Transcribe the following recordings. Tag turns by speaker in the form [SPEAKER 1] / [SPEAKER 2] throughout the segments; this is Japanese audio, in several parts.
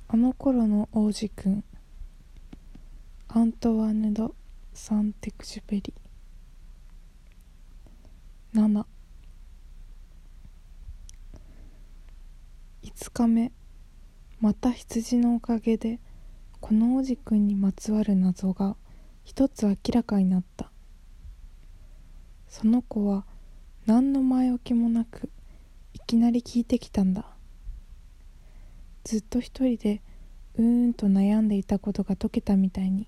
[SPEAKER 1] あの頃の王子くん、アントワネ・ド・サンテクジュペリ。7、5日目、また羊のおかげでこの王子くんにまつわる謎が一つ明らかになった。その子は何の前置きもなくいきなり聞いてきたんだ。ずっと一人でと悩んでいたことが解けたみたいに。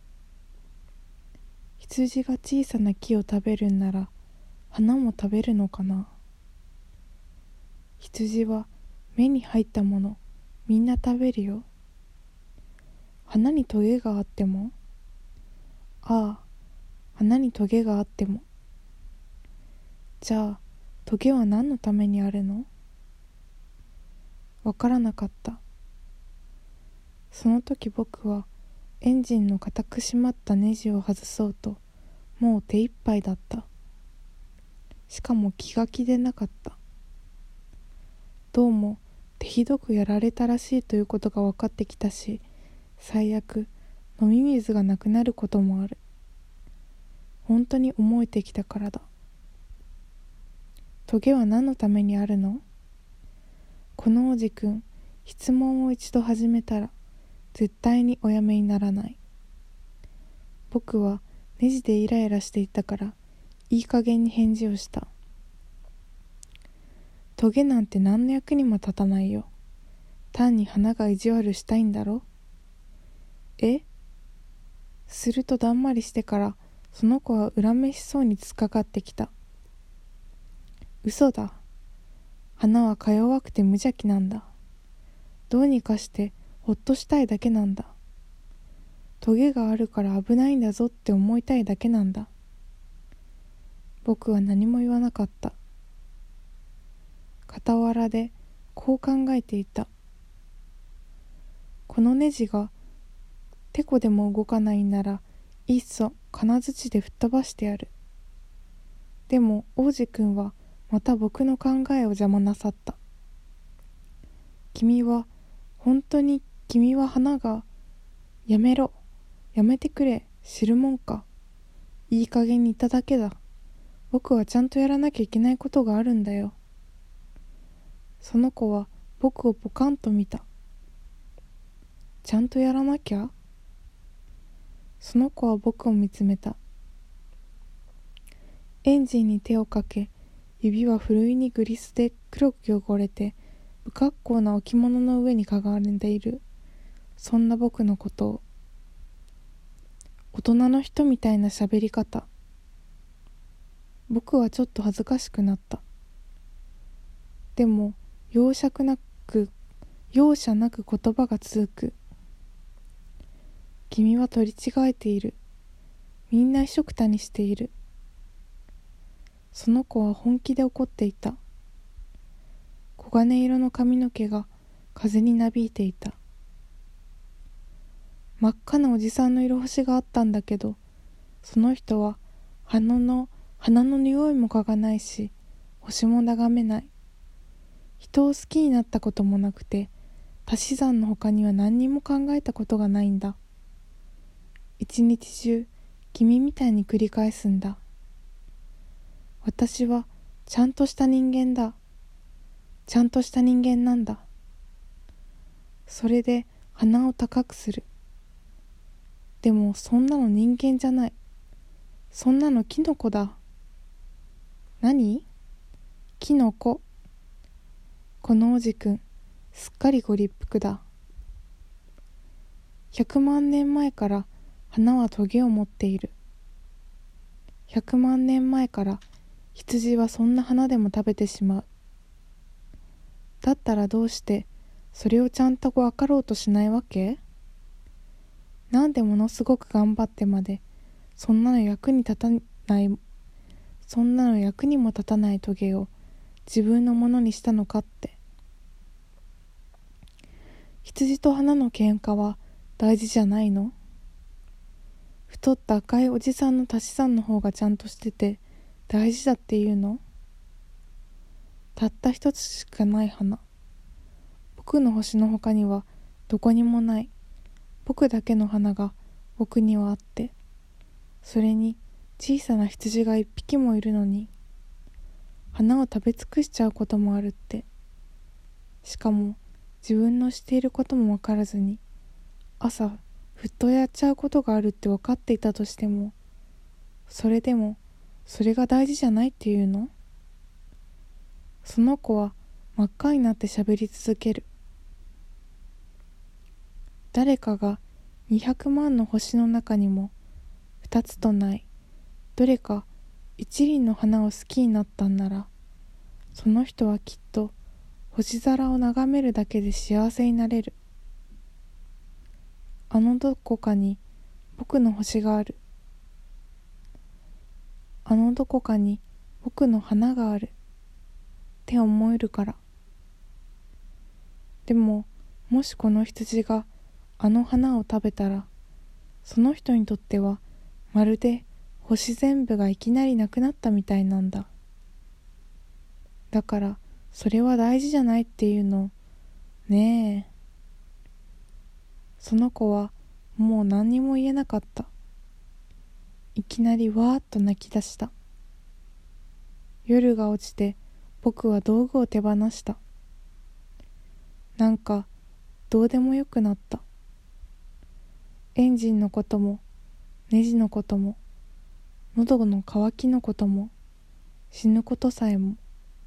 [SPEAKER 1] 羊が小さな木を食べるんなら花も食べるのかな。羊は目に入ったものみんな食べるよ。花にトゲがあっても、ああ、花にトゲがあっても。じゃあトゲは何のためにあるの？わからなかった。その時僕はエンジンの固く締まったネジを外そうともう手一杯だった。しかも気が気でなかった。どうも手ひどくやられたらしいということが分かってきたし、最悪飲み水がなくなることもある。本当に思えてきたからだ。トゲは何のためにあるの？この王子くん、質問を一度始めたら絶対におやめにならない。僕はネジでイライラしていたからいい加減に返事をした。トゲなんて何の役にも立たないよ。単に花が意地悪したいんだろ。するとだんまりしてからその子は恨めしそうに突っかかってきた。嘘だ。花はか弱くて無邪気なんだ。どうにかしてほっとしたいだけなんだ。トゲがあるから危ないんだぞって思いたいだけなんだ。僕は何も言わなかった。傍らでこう考えていた。このネジがてこでも動かないならいっそ金槌で吹っ飛ばしてやる。でも王子くんはまた僕の考えを邪魔なさった。本当に君は花が。やめろ、やめてくれ、知るもんか。いい加減に言っただけだ。僕はちゃんとやらなきゃいけないことがあるんだよ。その子は僕をポカンと見た。ちゃんとやらなきゃ？その子は僕を見つめた。エンジンに手をかけ、指はふるいにグリスで黒く汚れて不格好な置物の上にかがんでいる。そんな僕のことを。大人の人みたいな喋り方。僕はちょっと恥ずかしくなった。でも容赦なく言葉が続く。君は取り違えている。みんな一緒くたにしている。その子は本気で怒っていた。黄金色の髪の毛が風になびいていた。真っ赤なおじさんの色干しがあったんだけど、その人は花の匂いも嗅がないし、星も眺めない。人を好きになったこともなくて、足し算の他には何にも考えたことがないんだ。一日中君みたいに繰り返すんだ。私はちゃんとした人間だ。ちゃんとした人間なんだ。それで鼻を高くする。でもそんなの人間じゃない。そんなのキノコだ。何？キノコ。この王子くん、すっかりご立腹だ。100万年前から花はトゲを持っている。100万年前から羊はそんな花でも食べてしまう。だったらどうしてそれをちゃんと分かろうとしないわけ？なんでものすごく頑張ってまでそんなの役にも立たないトゲを自分のものにしたのかって。羊と花の喧嘩は大事じゃないの？太った赤いおじさんの足し算の方がちゃんとしてて大事だっていうの？たった一つしかない花。僕の星の他にはどこにもない僕だけの花が僕にはあって、それに小さな羊が一匹もいるのに花を食べ尽くしちゃうこともあるって、しかも自分のしていることもわからずに朝ふっとやっちゃうことがあるって分かっていたとしても、それでもそれが大事じゃないっていうの？その子は真っ赤になって喋り続ける。誰かが200万の星の中にも2つとないどれか一輪の花を好きになったんなら、その人はきっと星空を眺めるだけで幸せになれる。あのどこかに僕の星がある。あのどこかに僕の花があるって思えるから。でももしこの羊があの花を食べたら、その人にとってはまるで星全部がいきなりなくなったみたいなんだ。だからそれは大事じゃないっていうのねえ。その子はもう何にも言えなかった。いきなりわーっと泣き出した。夜が落ちて僕は道具を手放した。なんかどうでもよくなった。エンジンのこともネジのことも喉の渇きのことも死ぬことさえも。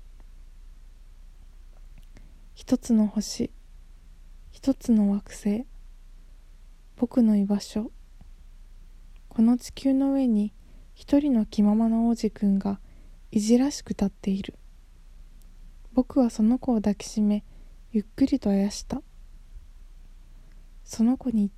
[SPEAKER 1] 一つの星、一つの惑星、僕の居場所。この地球の上に一人の気ままな王子くんがいじらしく立っている。僕はその子を抱きしめゆっくりとあやした。その子に言った。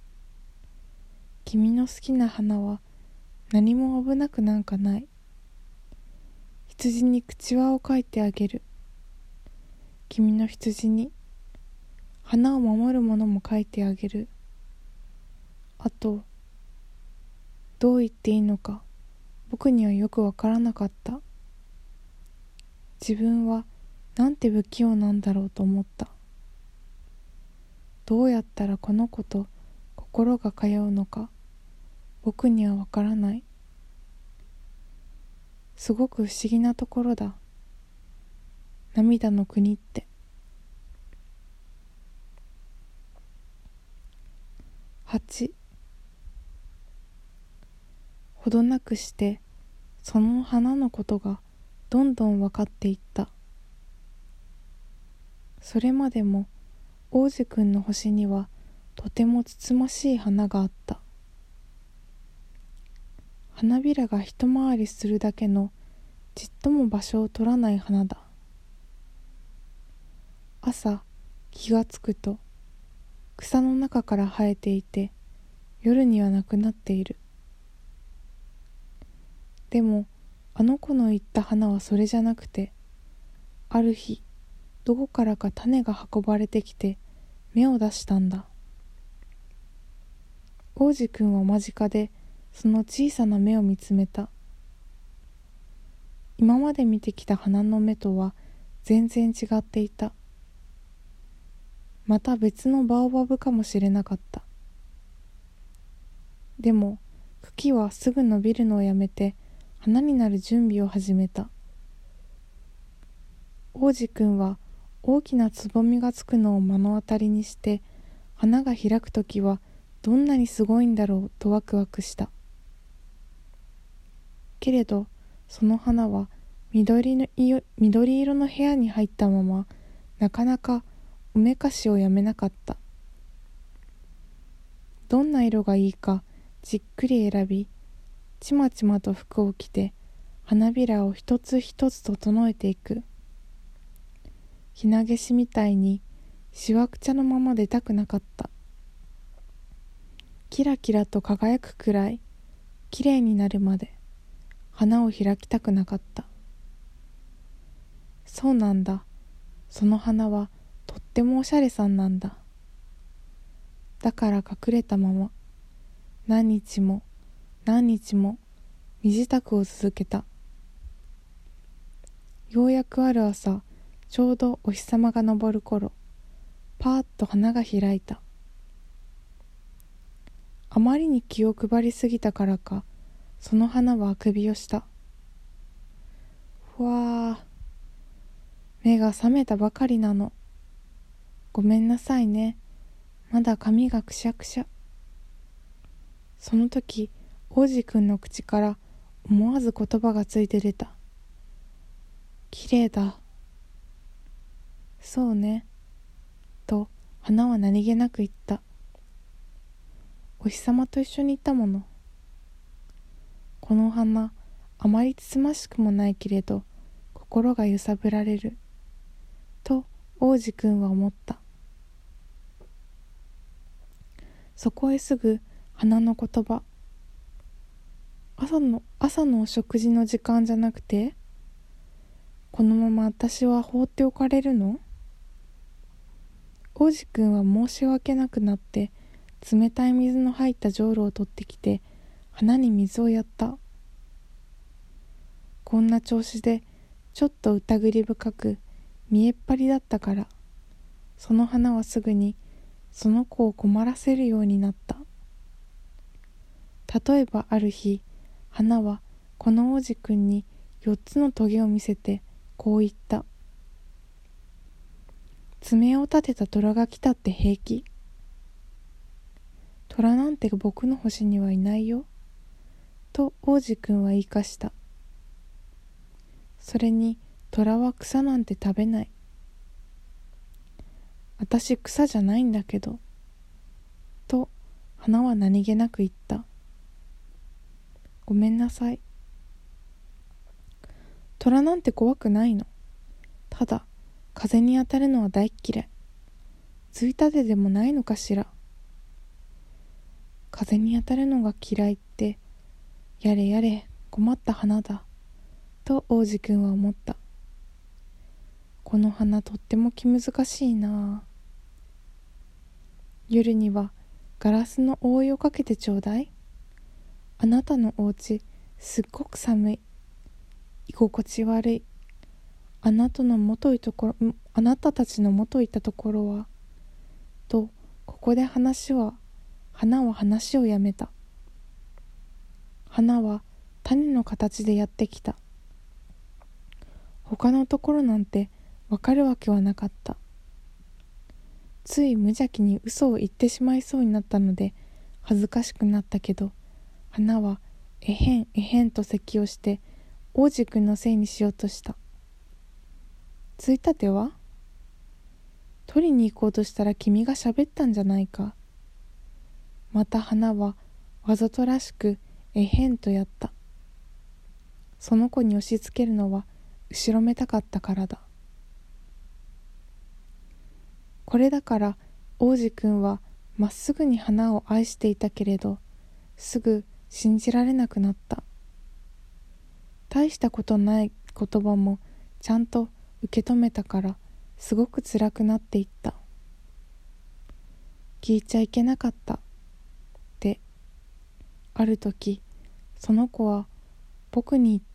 [SPEAKER 1] 君の好きな花は何も危なくなんかない。羊に口輪をかいてあげる。君の羊に花を守るものも書いてあげる。あとどう言っていいのか僕にはよくわからなかった。自分はなんて不器用なんだろうと思った。どうやったらこの子と心が通うのか僕にはわからない。すごく不思議なところだ。涙の国って。8ほどなくしてその花のことがどんどん分かっていった。それまでも王子くんの星にはとてもつつましい花があった。花びらが一回りするだけのちっとも場所を取らない花だ。朝気がつくと草の中から生えていて夜にはなくなっている。でもあの子の言った花はそれじゃなくて、ある日どこからか種が運ばれてきて芽を出したんだ。王子くんは間近でその小さな芽を見つめた。今まで見てきた花の芽とは全然違っていた。また別のバオバブかもしれなかった。でも茎はすぐ伸びるのをやめて花になる準備を始めた。王子くんは大きなつぼみがつくのを目の当たりにして、花が開くときはどんなにすごいんだろうとワクワクした。けれどその花は緑色の部屋に入ったままなかなかおめかしをやめなかった。どんな色がいいかじっくり選び、ちまちまと服を着て花びらを一つ一つ整えていく。ひなげしみたいにしわくちゃのまま出たくなかった。キラキラと輝くくらいきれいになるまで花を開きたくなかった。そうなんだ、その花はとってもおしゃれさんなんだ。だから隠れたまま何日も何日も身支度を続けた。ようやくある朝、ちょうどお日様が昇る頃、 パーッと花が開いた。あまりに気を配りすぎたからか、その花はあくびをした。ふわー、目が覚めたばかりなの。ごめんなさいね。まだ髪がくしゃくしゃ。その時、王子くんの口から思わず言葉がついて出た。きれいだ。そうね。と、花は何気なく言った。お日様と一緒にいたもの。この花、あまりつつましくもないけれど、心が揺さぶられる。と、王子くんは思った。そこへすぐ、花の言葉。朝のお食事の時間じゃなくて、このまま私は放っておかれるの？王子くんは申し訳なくなって、冷たい水の入ったじょうろを取ってきて、花に水をやった。こんな調子で、ちょっと疑り深く、見えっ張りだったから、その花はすぐに、その子を困らせるようになった。例えばある日、花はこの王子くんに4つのトゲを見せてこう言った。爪を立てた虎が来たって平気？虎なんて僕の星にはいないよ。と王子くんは言い返した。それに虎は草なんて食べない。私草じゃないんだけど。と花は何気なく言った。ごめんなさい。虎なんて怖くないの。ただ風に当たるのは大っ嫌い。ついたてでもないのかしら。風に当たるのが嫌いって、やれやれ困った花だ。と王子くんは思った。この花とっても気難しいなあ。夜にはガラスの覆いをかけてちょうだい。あなたのお家すっごく寒い。居心地悪い。あなたたちの元いたところは。と、ここで花は話をやめた。花は種の形でやってきた。他のところなんてわかるわけはなかった。つい無邪気に嘘を言ってしまいそうになったので恥ずかしくなったけど、花はえへんえへんと咳をして王子くんのせいにしようとした。ついたては？取りに行こうとしたら君が喋ったんじゃないか。また花はわざとらしくえへんとやった。その子に押し付けるのは後ろめたかったからだ。これだから王子くんはまっすぐに花を愛していたけれど、すぐ信じられなくなった。大したことない言葉もちゃんと受け止めたからすごく辛くなっていった。聞いちゃいけなかったってある時その子は僕に言った。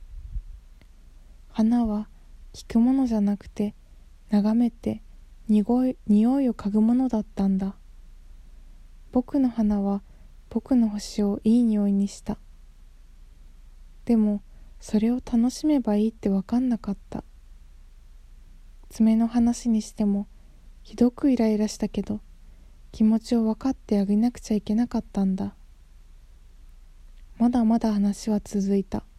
[SPEAKER 1] 花は聞くものじゃなくて眺めて匂いを嗅ぐものだったんだ。僕の花は僕の星をいい匂いにした。でもそれを楽しめばいいって分かんなかった。爪の話にしてもひどくイライラしたけど気持ちを分かってあげなくちゃいけなかったんだ。まだまだ話は続いた。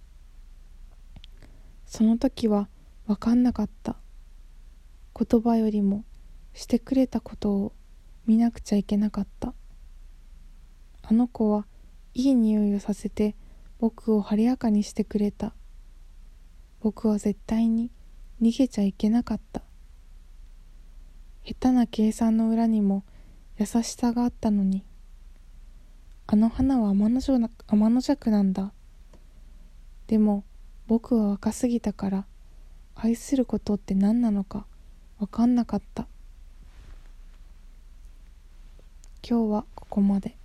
[SPEAKER 1] その時は分かんなかった。言葉よりもしてくれたことを見なくちゃいけなかった。あの子はいい匂いをさせて僕を晴れやかにしてくれた。僕は絶対に逃げちゃいけなかった。下手な計算の裏にも優しさがあったのに。あの花は天の弱なんだ。でも僕は若すぎたから愛することって何なのか分かんなかった。今日はここまで。